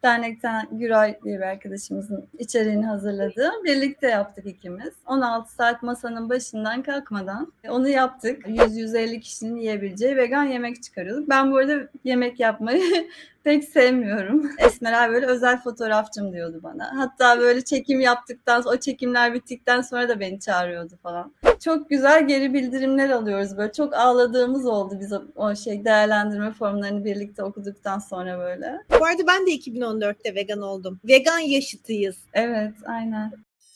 Dernekten Güray diye bir arkadaşımızın içeriğini hazırladığı. Birlikte yaptık ikimiz. 16 saat masanın başından kalkmadan onu yaptık. 100-150 kişinin yiyebileceği vegan yemek çıkarıyorduk. Ben bu arada yemek yapmayı pek sevmiyorum. Esmer böyle özel fotoğrafçım diyordu bana. Hatta böyle çekim yaptıktan sonra, o çekimler bittikten sonra da beni çağırıyordu falan. Çok güzel geri bildirimler alıyoruz böyle. Çok ağladığımız oldu biz o değerlendirme formlarını birlikte okuduktan sonra böyle. Bu arada ben de 2014'te vegan oldum. Vegan yaşıtıyız. Evet, aynen.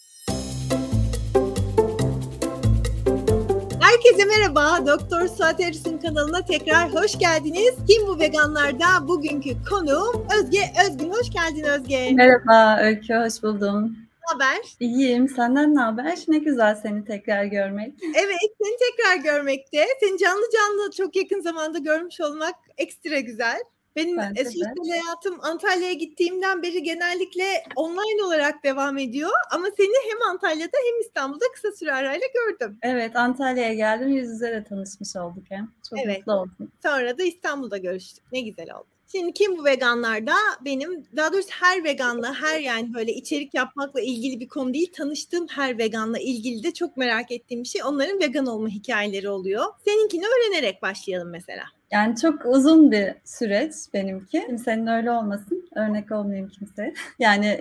Herkese merhaba. Doktor Suat Erüs'ün kanalına tekrar hoş geldiniz. Kim bu veganlarda? Bugünkü konuğum Özge Özgün. Hoş geldin Özge. Merhaba Öykü, hoş buldum. Ne haber? İyiyim, senden ne haber? Ne güzel seni tekrar görmek. Evet, seni tekrar görmekte. Seni canlı çok yakın zamanda görmüş olmak ekstra güzel. Benim sosyal hayatım Antalya'ya gittiğimden beri genellikle online olarak devam ediyor. Ama seni hem Antalya'da hem İstanbul'da kısa süre arayla gördüm. Evet, Antalya'ya geldim. Yüz yüze de tanışmış olduk hem. Çok mutlu oldum. Sonra da İstanbul'da görüştük. Ne güzel oldu. Şimdi kim bu veganlarda? Daha doğrusu her veganla, yani böyle içerik yapmakla ilgili bir konu değil, tanıştığım her veganla ilgili de çok merak ettiğim bir şey. Onların vegan olma hikayeleri oluyor. Seninkini öğrenerek başlayalım mesela. Yani çok uzun bir süreç benimki. Kimsenin öyle olmasın. Örnek olmayayım kimseye. Yani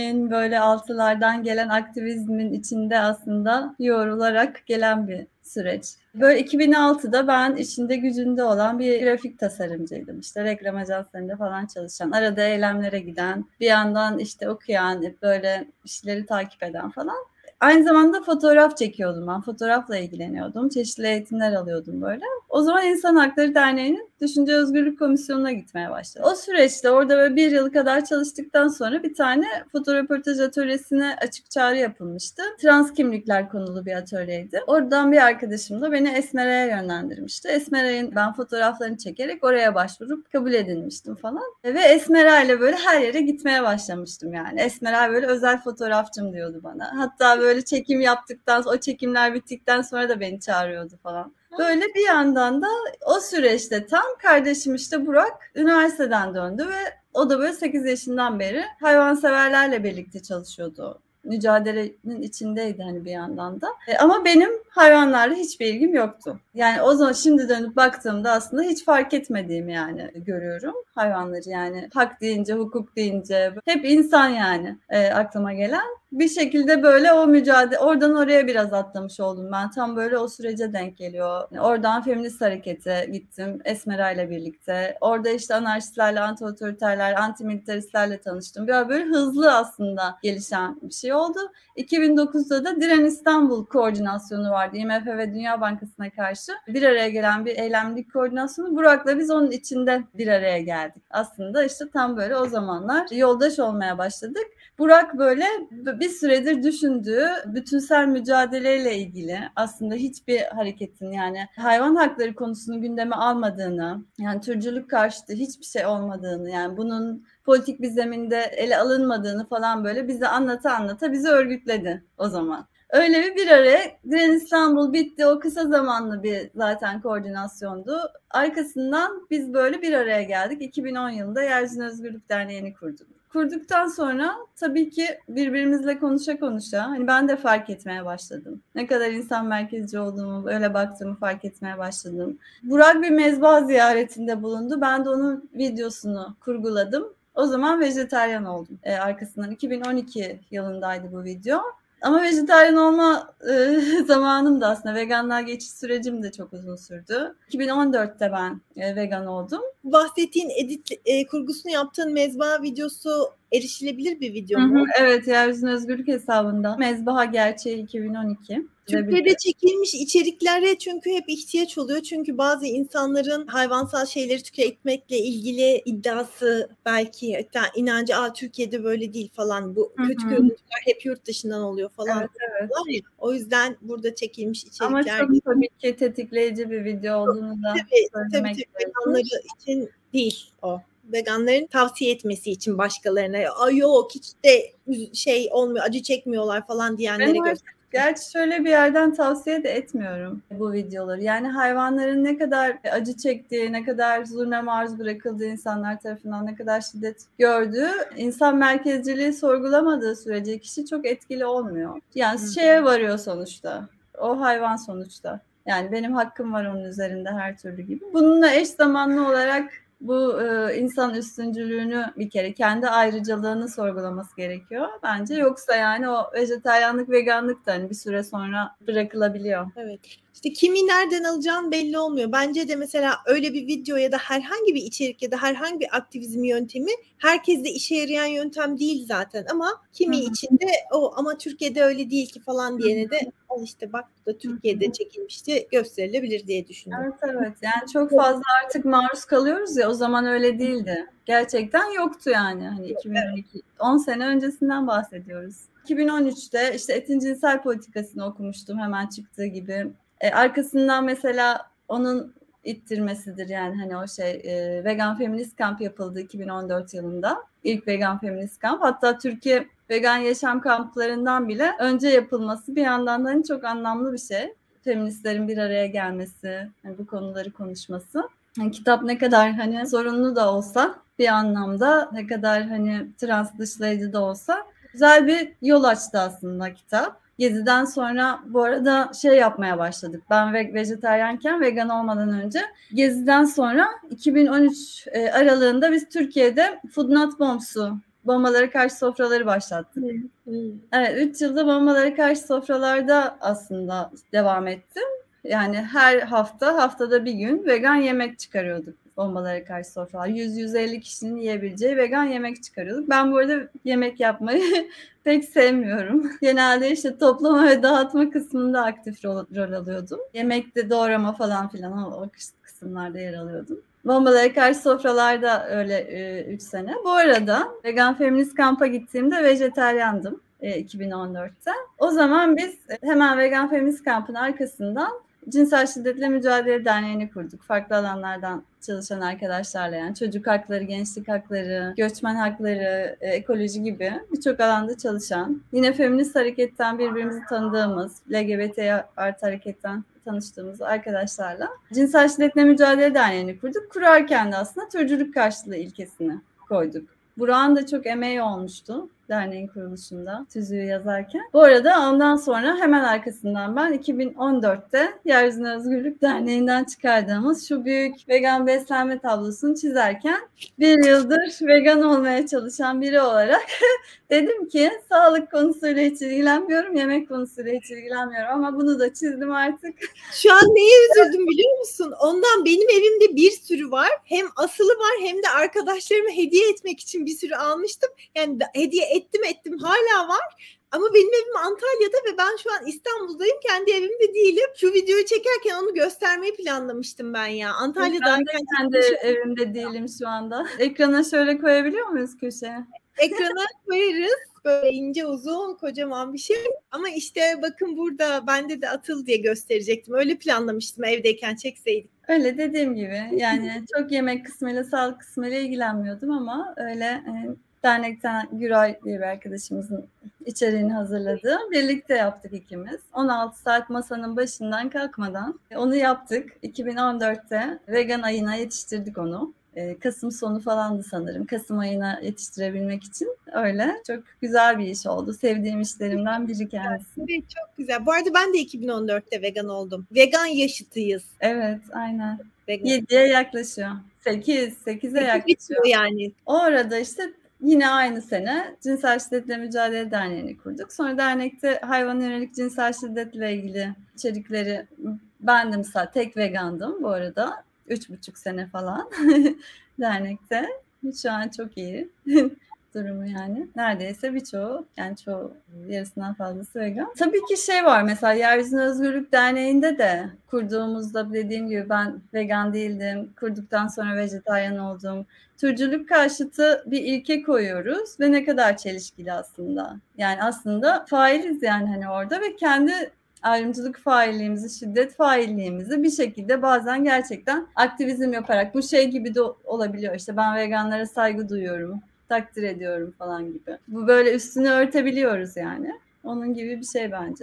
2006'lardan gelen aktivizmin içinde aslında yoğrularak gelen bir süreç. Böyle 2006'da ben işinde gücünde olan bir grafik tasarımcıydım. İşte reklam ajanslarında falan çalışan, arada eylemlere giden, bir yandan işte okuyan, böyle işleri takip eden falan. Aynı zamanda fotoğraf çekiyordum ben. Fotoğrafla ilgileniyordum. Çeşitli eğitimler alıyordum böyle. O zaman İnsan Hakları Derneği'nin Düşünce Özgürlük Komisyonu'na gitmeye başladım. O süreçte orada böyle 1 yıl kadar çalıştıktan sonra bir tane fotoröportaj atölyesine açık çağrı yapılmıştı. Trans kimlikler konulu bir atölyeydi. Oradan bir arkadaşım da beni Esmera'ya yönlendirmişti. Esmera'nın ben fotoğraflarını çekerek oraya başvurup kabul edilmiştim falan. Ve Esmera ile böyle her yere gitmeye başlamıştım yani. Esmera böyle özel fotoğrafçım diyordu bana. Hatta böyle çekim yaptıktan sonra, o çekimler bittikten sonra da beni çağırıyordu falan. Böyle bir yandan da o süreçte tam kardeşim işte Burak üniversiteden döndü ve o da böyle 8 yaşından beri hayvanseverlerle birlikte çalışıyordu. Mücadelenin içindeydi hani bir yandan da. Ama benim hayvanlarla hiçbir ilgim yoktu. Yani o zaman şimdi dönüp baktığımda aslında hiç fark etmediğimi yani görüyorum hayvanları yani. Hak deyince, hukuk deyince hep insan yani aklıma gelen. Bir şekilde böyle o mücadele, oradan oraya biraz atlamış oldum ben. Tam böyle o sürece denk geliyor. Oradan feminist harekete gittim Esmera ile birlikte. Orada işte anarşistlerle, anti-otoriterler, anti-militaristlerle tanıştım. Böyle hızlı aslında gelişen bir şey oldu. 2009'da da Diren İstanbul koordinasyonu vardı. IMF ve Dünya Bankası'na karşı bir araya gelen bir eylemlik koordinasyonu. Burak'la biz onun içinde bir araya geldik. Aslında işte tam böyle o zamanlar yoldaş olmaya başladık. Burak böyle bir süredir düşündüğü bütünsel mücadeleyle ilgili aslında hiçbir hareketin yani hayvan hakları konusunu gündeme almadığını, yani türcülük karşıtı hiçbir şey olmadığını, yani bunun politik bir zeminde ele alınmadığını falan böyle bize anlata bizi örgütledi o zaman. Öyle bir araya Diren İstanbul bitti. O kısa zamanlı bir zaten koordinasyondu. Arkasından biz böyle bir araya geldik. 2010 yılında Yeryüzüne Özgürlük Derneği'ni kurduk. Kurduktan sonra tabii ki birbirimizle konuşa hani ben de fark etmeye başladım. Ne kadar insan merkezci olduğumu, öyle baktığımı fark etmeye başladım. Burak bir mezba ziyaretinde bulundu. Ben de onun videosunu kurguladım. O zaman vejetaryen oldum. Arkasından 2012 yılındaydı bu video. Ama vejetaryen olma zamanım da aslında veganlığa geçiş sürecim de çok uzun sürdü. 2014'te ben vegan oldum. Bahsettiğin kurgusunu yaptığın mezba videosu erişilebilir bir video mu? Evet, Yeryüzüne Özgürlük hesabında. Mezbaha Gerçeği 2012. Türkiye'de çekilmiş içeriklere çünkü hep ihtiyaç oluyor. Çünkü bazı insanların hayvansal şeyleri tüketmekle ilgili iddiası belki hatta inancı Türkiye'de böyle değil falan. Bu kötü görüntüler hep yurt dışından oluyor falan. Evet. O yüzden burada çekilmiş içerikler. Ama çok tabii ki tetikleyici bir video olduğunu da söylemek tabii. Veganları için değil o. Veganların tavsiye etmesi için başkalarına yok hiç de olmuyor, acı çekmiyorlar falan diyenlere göster. Gerçi şöyle bir yerden tavsiye de etmiyorum bu videoları. Yani hayvanların ne kadar acı çektiği, ne kadar zulme maruz bırakıldığı insanlar tarafından, ne kadar şiddet gördüğü, insan merkezciliği sorgulamadığı sürece kişi çok etkili olmuyor. Yani şeye varıyor sonuçta. O hayvan sonuçta. Yani benim hakkım var onun üzerinde her türlü gibi. Bununla eş zamanlı olarak bu insan üstüncülüğünü bir kere kendi ayrıcalığını sorgulaması gerekiyor bence. Yoksa yani o vejetaryenlik, veganlık da hani bir süre sonra bırakılabiliyor. Evet. İşte kimi nereden alacağın belli olmuyor. Bence de mesela öyle bir video ya da herhangi bir içerik ya da herhangi bir aktivizm yöntemi herkeste işe yarayan yöntem değil zaten ama kimi için de o ama Türkiye'de öyle değil ki falan diyene de al işte bak bu da Türkiye'de çekilmişti gösterilebilir diye düşünüyorum. Evet. Yani çok fazla artık maruz kalıyoruz ya, o zaman öyle değildi. Gerçekten yoktu yani. Hani 2012, 10 sene öncesinden bahsediyoruz. 2013'te işte etin cinsel politikasını okumuştum hemen çıktığı gibi. Arkasından mesela onun ittirmesidir yani hani o vegan feminist kamp yapıldı 2014 yılında. İlk vegan feminist kamp. Hatta Türkiye vegan yaşam kamplarından bile önce yapılması bir yandan da hani çok anlamlı bir şey. Feministlerin bir araya gelmesi, yani bu konuları konuşması. Yani kitap ne kadar hani zorunlu da olsa bir anlamda, ne kadar hani trans dışlayıcı da olsa güzel bir yol açtı aslında kitap. Gezi'den sonra bu arada yapmaya başladık. Ben vejetaryenken, vegan olmadan önce. Gezi'den sonra 2013 aralığında biz Türkiye'de Food Not Bombs'u, bombalara karşı sofraları başlattık. Evet, 3 yılda bombalara karşı sofralarda aslında devam ettim. Yani her haftada bir gün vegan yemek çıkarıyorduk bombalara karşı sofralar. 100-150 kişinin yiyebileceği vegan yemek çıkarıyorduk. Ben bu arada yemek yapmayı pek sevmiyorum. Genelde işte toplama ve dağıtma kısmında aktif rol alıyordum. Yemekte doğrama falan filan o kısımlarda yer alıyordum. Bombalara karşı sofralarda öyle 3 sene. Bu arada vegan feminist kampa gittiğimde vejetaryandım 2014'te. O zaman biz hemen vegan feminist kampın arkasından Cinsel Şiddetle Mücadele Derneği'ni kurduk. Farklı alanlardan çalışan arkadaşlarla, yani çocuk hakları, gençlik hakları, göçmen hakları, ekoloji gibi birçok alanda çalışan, yine feminist hareketten birbirimizi tanıdığımız, LGBT artı hareketten tanıştığımız arkadaşlarla Cinsel Şiddetle Mücadele Derneği'ni kurduk. Kurarken de aslında türcülük karşılığı ilkesini koyduk. Burak'ın da çok emeği olmuştu derneğin kuruluşunda, tüzüğü yazarken. Bu arada ondan sonra hemen arkasından ben 2014'te Yeryüzüne Özgürlük Derneği'nden çıkardığımız şu büyük vegan beslenme tablosunu çizerken bir yıldır vegan olmaya çalışan biri olarak dedim ki sağlık konusuyla hiç ilgilenmiyorum, yemek konusuyla hiç ilgilenmiyorum ama bunu da çizdim artık. Şu an neye üzüldüm biliyor musun? Ondan benim evimde bir sürü var. Hem asılı var hem de arkadaşlarıma hediye etmek için bir sürü almıştım. Yani hediye ettim hala var. Ama benim evim Antalya'da ve ben şu an İstanbul'dayım. Kendi evimde değilim. Şu videoyu çekerken onu göstermeyi planlamıştım ben ya. Ben de kendi evimde değilim şu anda. Ekrana şöyle koyabiliyor muyuz köşeye? Ekrana koyarız. Böyle ince uzun kocaman bir şey. Ama işte bakın burada bende de atıl diye gösterecektim. Öyle planlamıştım evdeyken çekseydik. Öyle dediğim gibi yani çok yemek kısmıyla, sağlık kısmıyla ilgilenmiyordum ama öyle dernekten Güray diye bir arkadaşımızın içeriğini hazırladığı, birlikte yaptık ikimiz. 16 saat masanın başından kalkmadan onu yaptık. 2014'te vegan ayına yetiştirdik onu. Kasım sonu falandı sanırım. Kasım ayına yetiştirebilmek için öyle. Çok güzel bir iş oldu. Sevdiğim işlerimden biri kendisi. Evet, çok güzel. Bu arada ben de 2014'te vegan oldum. Vegan yaşıtıyız. Evet, aynen. Vegan. 7'ye yaklaşıyor. 8'e yaklaşıyor. Yani. O arada işte yine aynı sene Cinsel Şiddetle Mücadele Derneği'ni kurduk. Sonra dernekte hayvana yönelik cinsel şiddetle ilgili içerikleri bendim, tek vegandım bu arada. 3,5 sene falan dernekte. Şu an çok iyi durumu yani. Neredeyse birçoğu, yani çoğu, yarısından fazlası vegan. Tabii ki var mesela Yeryüzüne Özgürlük Derneği'nde de kurduğumuzda dediğim gibi ben vegan değildim. Kurduktan sonra vejetaryen oldum. Türcülük karşıtı bir ilke koyuyoruz ve ne kadar çelişkili aslında. Yani aslında failiz yani hani orada ve kendi ayrımcılık failliğimizi, şiddet failliğimizi bir şekilde bazen gerçekten aktivizm yaparak, bu gibi de olabiliyor. İşte ben veganlara saygı duyuyorum, takdir ediyorum falan gibi. Bu böyle üstünü örtebiliyoruz yani. Onun gibi bir şey bence.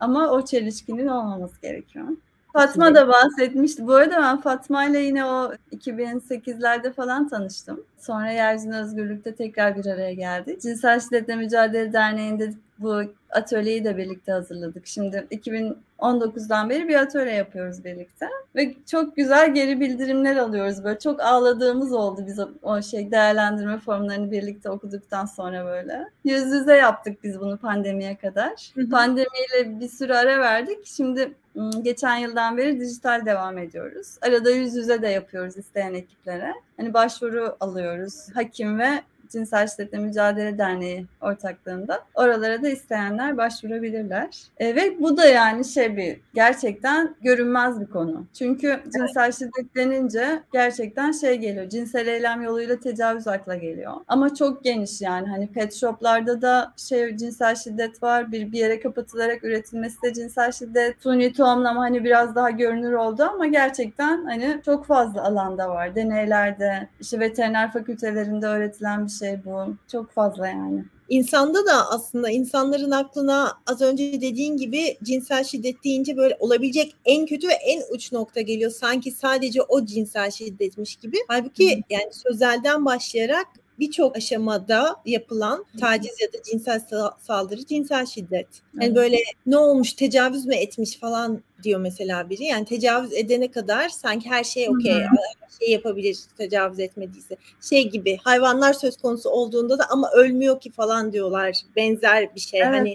ama o çelişkinin olmaması gerekiyor. Fatma da bahsetmişti. Bu arada ben Fatma ile yine o 2008'lerde falan tanıştım. Sonra Yeryüzüne Özgürlük'te tekrar bir araya geldik. Cinsel Şiddetle Mücadele Derneği'nde bu atölyeyi de birlikte hazırladık. Şimdi 2019'dan beri bir atölye yapıyoruz birlikte. Ve çok güzel geri bildirimler alıyoruz. Böyle çok ağladığımız oldu biz o değerlendirme formlarını birlikte okuduktan sonra böyle. Yüz yüze yaptık biz bunu pandemiye kadar. Pandemiyle bir süre ara verdik. Şimdi geçen yıldan beri dijital devam ediyoruz. Arada yüz yüze de yapıyoruz isteyen ekiplere. Hani başvuru alıyoruz. Hakim ve Cinsel Şiddetle Mücadele Derneği ortaklığında. Oralara da isteyenler başvurabilirler. Ve bu da yani gerçekten görünmez bir konu. Çünkü cinsel şiddet denince gerçekten geliyor. Cinsel eylem yoluyla tecavüz akla geliyor. Ama çok geniş yani. Hani pet shoplarda da cinsel şiddet var. Bir yere kapatılarak üretilmesi de cinsel şiddet. Suni tohumlama hani biraz daha görünür oldu ama gerçekten hani çok fazla alanda var. Deneylerde, veteriner fakültelerinde öğretilen bir bu. Çok fazla yani. İnsanda da aslında insanların aklına az önce dediğin gibi cinsel şiddet deyince böyle olabilecek en kötü ve en uç nokta geliyor. Sanki sadece o cinsel şiddetmiş gibi. Halbuki yani sözelden başlayarak birçok aşamada yapılan taciz ya da cinsel saldırı cinsel şiddet. Yani böyle ne olmuş, tecavüz mü etmiş falan diyor mesela biri. Yani tecavüz edene kadar sanki her şey okey. Her şey yapabilir tecavüz etmediyse. Gibi hayvanlar söz konusu olduğunda da ama ölmüyor ki falan diyorlar. Benzer bir şey. Evet, hani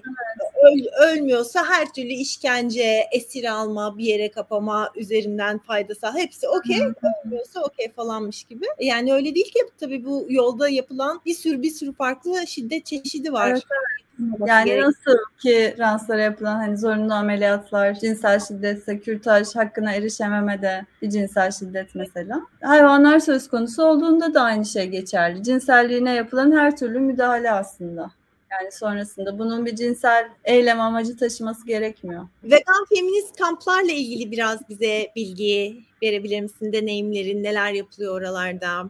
ölmüyorsa her türlü işkence, esir alma, bir yere kapama, üzerinden fayda sağ. Hepsi okey. Ölmüyorsa okey falanmış gibi. Yani öyle değil ki tabii bu yolda yapılan bir sürü farklı şiddet çeşidi var. Evet. Yani nasıl ki translara yapılan hani zorunlu ameliyatlar, cinsel şiddetse, kürtaj, hakkına erişememe de bir cinsel şiddet mesela. Hayvanlar söz konusu olduğunda da aynı şey geçerli. Cinselliğine yapılan her türlü müdahale aslında. Yani sonrasında bunun bir cinsel eylem amacı taşıması gerekmiyor. Vegan feminist kamplarla ilgili biraz bize bilgi verebilir misin? Deneyimlerin neler yapılıyor oralarda?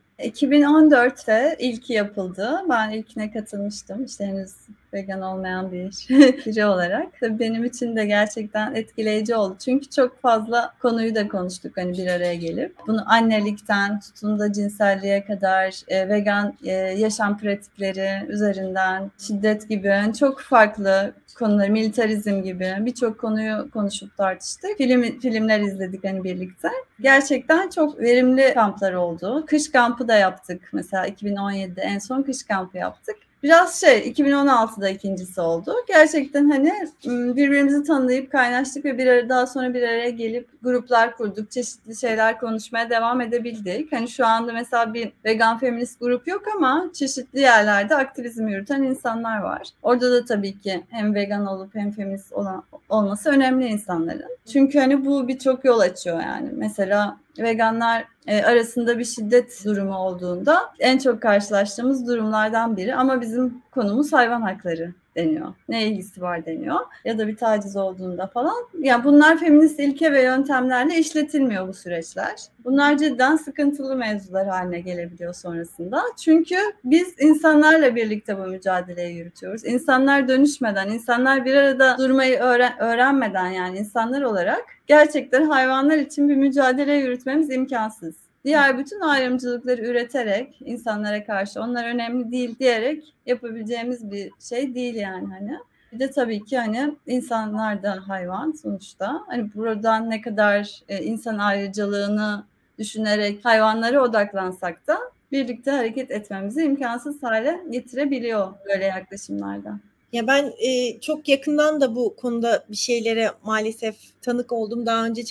2014'te ilki yapıldı. Ben ilkine katılmıştım. İşte henüz vegan olmayan biri olarak. Tabii benim için de gerçekten etkileyici oldu. Çünkü çok fazla konuyu da konuştuk hani bir araya gelip. Bunu annelikten tutun da cinselliğe kadar vegan yaşam pratikleri üzerinden şiddet gibi çok farklı konular, militarizm gibi birçok konuyu konuşup tartıştık. Filmler izledik hani birlikte. Gerçekten çok verimli kamplar oldu. Kış kampı da yaptık. Mesela 2017'de en son kış kampı yaptık. Biraz 2016'da ikincisi oldu. Gerçekten hani birbirimizi tanıyıp kaynaştık ve daha sonra bir araya gelip gruplar kurduk. Çeşitli şeyler konuşmaya devam edebildik. Hani şu anda mesela bir vegan feminist grup yok ama çeşitli yerlerde aktivizm yürüten insanlar var. Orada da tabii ki hem vegan olup hem feminist olması önemli insanların. Çünkü hani bu birçok yol açıyor yani. Mesela veganlar arasında bir şiddet durumu olduğunda en çok karşılaştığımız durumlardan biri ama bizim konumuz hayvan hakları deniyor. Ne ilgisi var deniyor. Ya da bir taciz olduğunda falan. Yani bunlar feminist ilke ve yöntemlerle işletilmiyor bu süreçler. Bunlar cidden sıkıntılı mevzular haline gelebiliyor sonrasında. Çünkü biz insanlarla birlikte bu mücadeleyi yürütüyoruz. İnsanlar dönüşmeden, insanlar bir arada durmayı öğrenmeden yani insanlar olarak gerçekten hayvanlar için bir mücadele yürütmemiz imkansız. Diğer bütün ayrımcılıkları üreterek insanlara karşı onlar önemli değil diyerek yapabileceğimiz bir şey değil yani hani. Bir de tabii ki hani insanlar da hayvan sonuçta. Hani buradan ne kadar insan ayrıcalığını düşünerek hayvanlara odaklansak da birlikte hareket etmemizi imkansız hale getirebiliyor böyle yaklaşımlarda. Ya ben çok yakından da bu konuda bir şeylere maalesef tanık oldum. Daha önce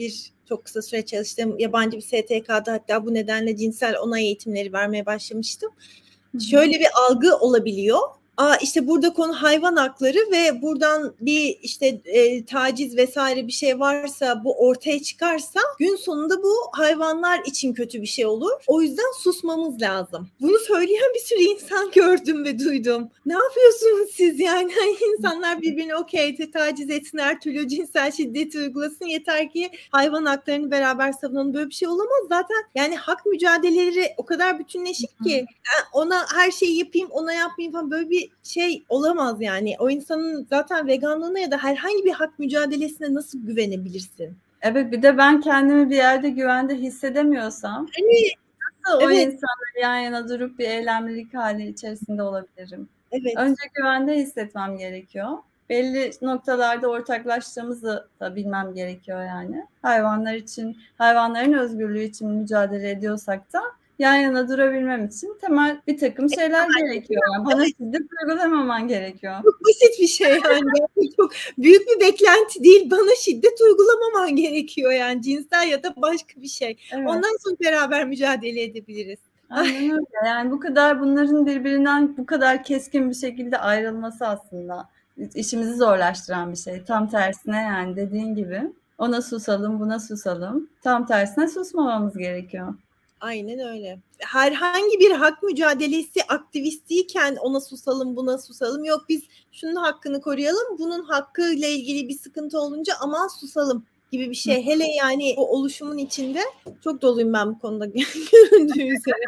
çok kısa süre çalıştığım yabancı bir STK'da hatta bu nedenle cinsel onay eğitimleri vermeye başlamıştım. Şöyle bir algı olabiliyor. İşte burada konu hayvan hakları ve buradan bir işte taciz vesaire bir şey varsa bu ortaya çıkarsa gün sonunda bu hayvanlar için kötü bir şey olur. O yüzden susmamız lazım. Bunu söyleyen bir sürü insan gördüm ve duydum. Ne yapıyorsunuz siz yani? İnsanlar birbirini taciz etsin, her türlü cinsel şiddeti uygulasın. Yeter ki hayvan haklarını beraber savunalım. Böyle bir şey olamaz. Zaten yani hak mücadeleleri o kadar bütünleşik ki ona her şeyi yapayım, ona yapmayayım falan böyle bir bir şey olamaz yani. O insanın zaten veganlığına ya da herhangi bir hak mücadelesine nasıl güvenebilirsin? Evet, bir de ben kendimi bir yerde güvende hissedemiyorsam Yani nasıl o evet, insanla yan yana durup bir eylemlilik hali içerisinde olabilirim? evet. Önce güvende hissetmem gerekiyor. Belli noktalarda ortaklaştığımızı da bilmem gerekiyor yani. Hayvanlar için, hayvanların özgürlüğü için mücadele ediyorsak da yan yana durabilmem için temel bir takım şeyler gerekiyor. Yani bana şiddet uygulamaman gerekiyor. Çok basit bir şey yani. Çok büyük bir beklenti değil. Bana şiddet uygulamaman gerekiyor yani. Cinsel ya da başka bir şey. Evet. Ondan sonra beraber mücadele edebiliriz. Aynen öyle. Yani bu kadar bunların birbirinden bu kadar keskin bir şekilde ayrılması aslında işimizi zorlaştıran bir şey. Tam tersine yani dediğin gibi ona susalım, buna susalım. Tam tersine susmamamız gerekiyor. Aynen öyle. Herhangi bir hak mücadelesi aktivistiyken ona susalım, buna susalım. Yok biz şunun hakkını koruyalım, bunun hakkıyla ilgili bir sıkıntı olunca aman susalım gibi bir şey. Hele yani o oluşumun içinde çok doluyum ben bu konuda göründüğü üzere.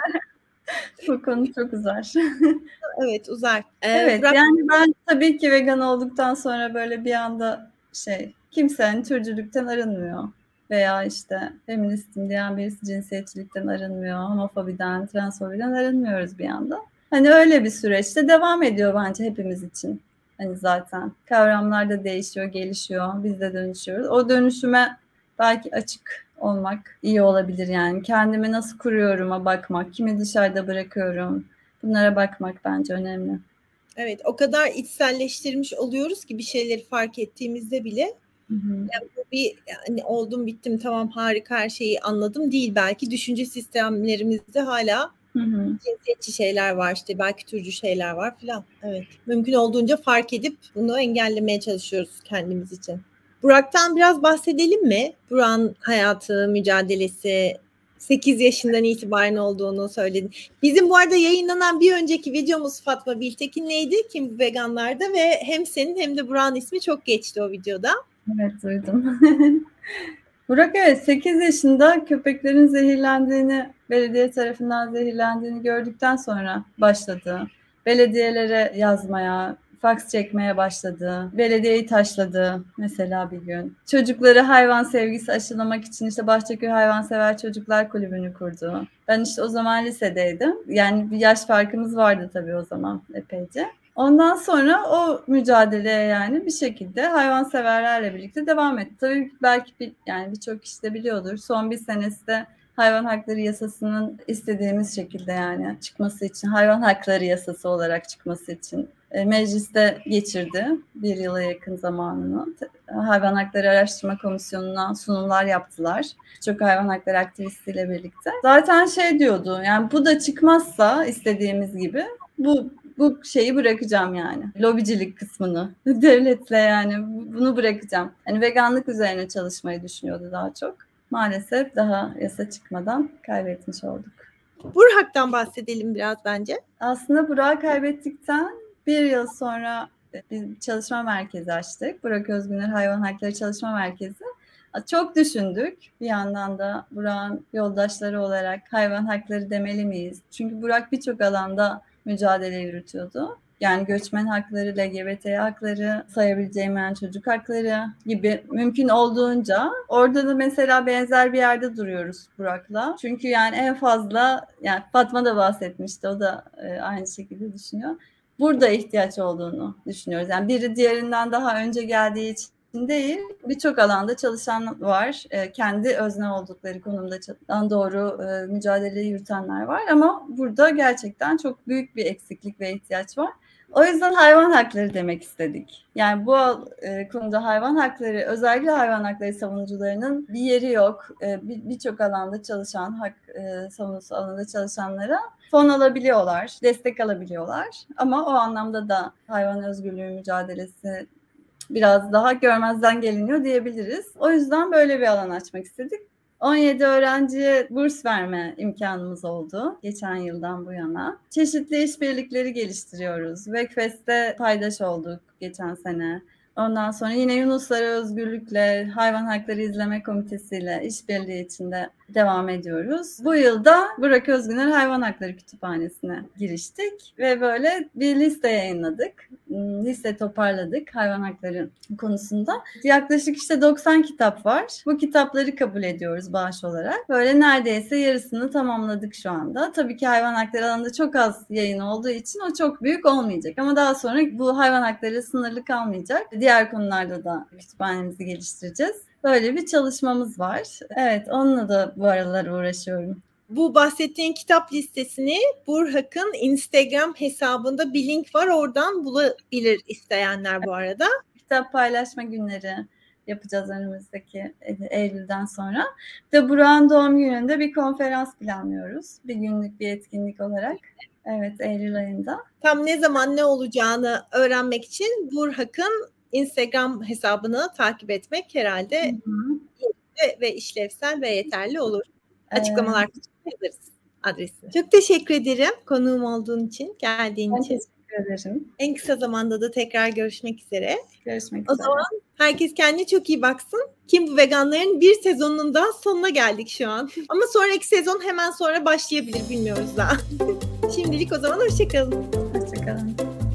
Bu konu çok uzar. Evet uzar. Evet Burak, yani ben tabii ki vegan olduktan sonra böyle bir anda kimsenin türcülükten arınmıyor. Veya işte feministim diyen birisi cinsiyetçilikten arınmıyor. Homofobiden, transfobiden arınmıyoruz bir anda. Hani öyle bir süreçte devam ediyor bence hepimiz için. Hani zaten kavramlar da değişiyor, gelişiyor. Biz de dönüşüyoruz. O dönüşüme belki açık olmak iyi olabilir yani. Kendimi nasıl kuruyorum'a bakmak, kimi dışarıda bırakıyorum. Bunlara bakmak bence önemli. evet o kadar içselleştirmiş oluyoruz ki bir şeyleri fark ettiğimizde bile. Hı hı. Yani bu bir yani oldum bittim tamam harika her şeyi anladım değil. Belki düşünce sistemlerimizde hala Hı hı. cinsiyetçi şeyler var işte belki türcü şeyler var filan. Evet. Mümkün olduğunca fark edip bunu engellemeye çalışıyoruz kendimiz için. Burak'tan biraz bahsedelim mi? Burak'ın hayatı, mücadelesi 8 yaşından itibaren olduğunu söyledin. Bizim bu arada yayınlanan bir önceki videomuz Fatma Biltekin'leydi. Kim bu veganlarda ve hem senin hem de Burak'ın ismi çok geçti o videoda. Evet duydum. Burak evet 8 yaşında köpeklerin zehirlendiğini, belediye tarafından zehirlendiğini gördükten sonra başladı. Belediyelere yazmaya, faks çekmeye başladı. Belediyeyi taşladı mesela bir gün. Çocukları hayvan sevgisi aşılamak için işte Bahçeköy Hayvansever Çocuklar Kulübü'nü kurdu. Ben işte o zaman lisedeydim. Yani bir yaş farkımız vardı tabii o zaman epeyce. Ondan sonra o mücadeleye yani bir şekilde hayvanseverlerle birlikte devam etti. Tabii belki yani birçok kişi de biliyordur. Son bir senesi de hayvan hakları yasasının istediğimiz şekilde yani çıkması için, hayvan hakları yasası olarak çıkması için mecliste geçirdi bir yıla yakın zamanını. Hayvan Hakları Araştırma Komisyonu'na sunumlar yaptılar. Çok hayvan hakları aktivistiyle birlikte. Zaten diyordu yani bu da çıkmazsa istediğimiz gibi bu şeyi bırakacağım yani. Lobicilik kısmını. Devletle yani bunu bırakacağım. Hani veganlık üzerine çalışmayı düşünüyordu daha çok. Maalesef daha yasa çıkmadan kaybetmiş olduk. Burak'tan bahsedelim biraz bence. Aslında Burak'ı kaybettikten bir yıl sonra bir çalışma merkezi açtık. Burak Özgüner Hayvan Hakları Çalışma Merkezi. Çok düşündük. Bir yandan da Burak'ın yoldaşları olarak hayvan hakları demeli miyiz? Çünkü Burak birçok alanda mücadele yürütüyordu. Yani göçmen hakları, LGBT hakları, sayabileceğim yani çocuk hakları gibi mümkün olduğunca orada da mesela benzer bir yerde duruyoruz Burak'la. Çünkü yani en fazla yani Fatma da bahsetmişti o da aynı şekilde düşünüyor. Burada ihtiyaç olduğunu düşünüyoruz. Yani biri diğerinden daha önce geldiği için değil, birçok alanda çalışan var. Kendi özne oldukları konumda doğru mücadele yürütenler var ama burada gerçekten çok büyük bir eksiklik ve ihtiyaç var. O yüzden hayvan hakları demek istedik. Yani bu konuda hayvan hakları, özellikle hayvan hakları savunucularının bir yeri yok. Birçok alanda çalışan, hak savunucusu alanında çalışanlara fon alabiliyorlar, destek alabiliyorlar. Ama o anlamda da hayvan özgürlüğü mücadelesi biraz daha görmezden geliniyor diyebiliriz. O yüzden böyle bir alan açmak istedik. 17 öğrenciye burs verme imkanımız oldu geçen yıldan bu yana. Çeşitli işbirlikleri geliştiriyoruz. Vekfest'te paydaş olduk geçen sene. Ondan sonra yine Yunuslara Özgürlük'le, Hayvan Hakları İzleme Komitesi'yle işbirliği içinde devam ediyoruz. Bu yılda Burak Özgüner Hayvan Hakları Kütüphanesi'ne giriştik ve böyle bir liste yayınladık. Liste toparladık hayvan hakları konusunda. Yaklaşık işte 90 kitap var. Bu kitapları kabul ediyoruz bağış olarak. Böyle neredeyse yarısını tamamladık şu anda. Tabii ki hayvan hakları alanında çok az yayın olduğu için o çok büyük olmayacak. Ama daha sonra bu hayvan hakları sınırlı kalmayacak. Diğer konularda da kütüphanemizi geliştireceğiz. Böyle bir çalışmamız var. Evet, onunla da bu aralar uğraşıyorum. Bu bahsettiğin kitap listesini Burhak'ın Instagram hesabında bir link var. Oradan bulabilir isteyenler bu arada. Kitap paylaşma günleri yapacağız önümüzdeki Eylül'den sonra. De Burak'ın doğum gününde bir konferans planlıyoruz. Bir günlük bir etkinlik olarak. Evet, Eylül ayında. Tam ne zaman ne olacağını öğrenmek için Burhak'ın Instagram hesabını takip etmek herhalde ve işlevsel ve yeterli olur. Açıklamalar kısmına yazarız adresini. Çok teşekkür ederim konuğum olduğun için, geldiğin için. Teşekkür ederim. En kısa zamanda da tekrar görüşmek üzere. Görüşmek üzere. O zaman herkes kendine çok iyi baksın. Kim bu veganların bir sezonunun daha sonuna geldik şu an. Ama sonraki sezon hemen sonra başlayabilir, bilmiyoruz daha. Şimdilik o zaman hoşçakalın. Hoşçakalın.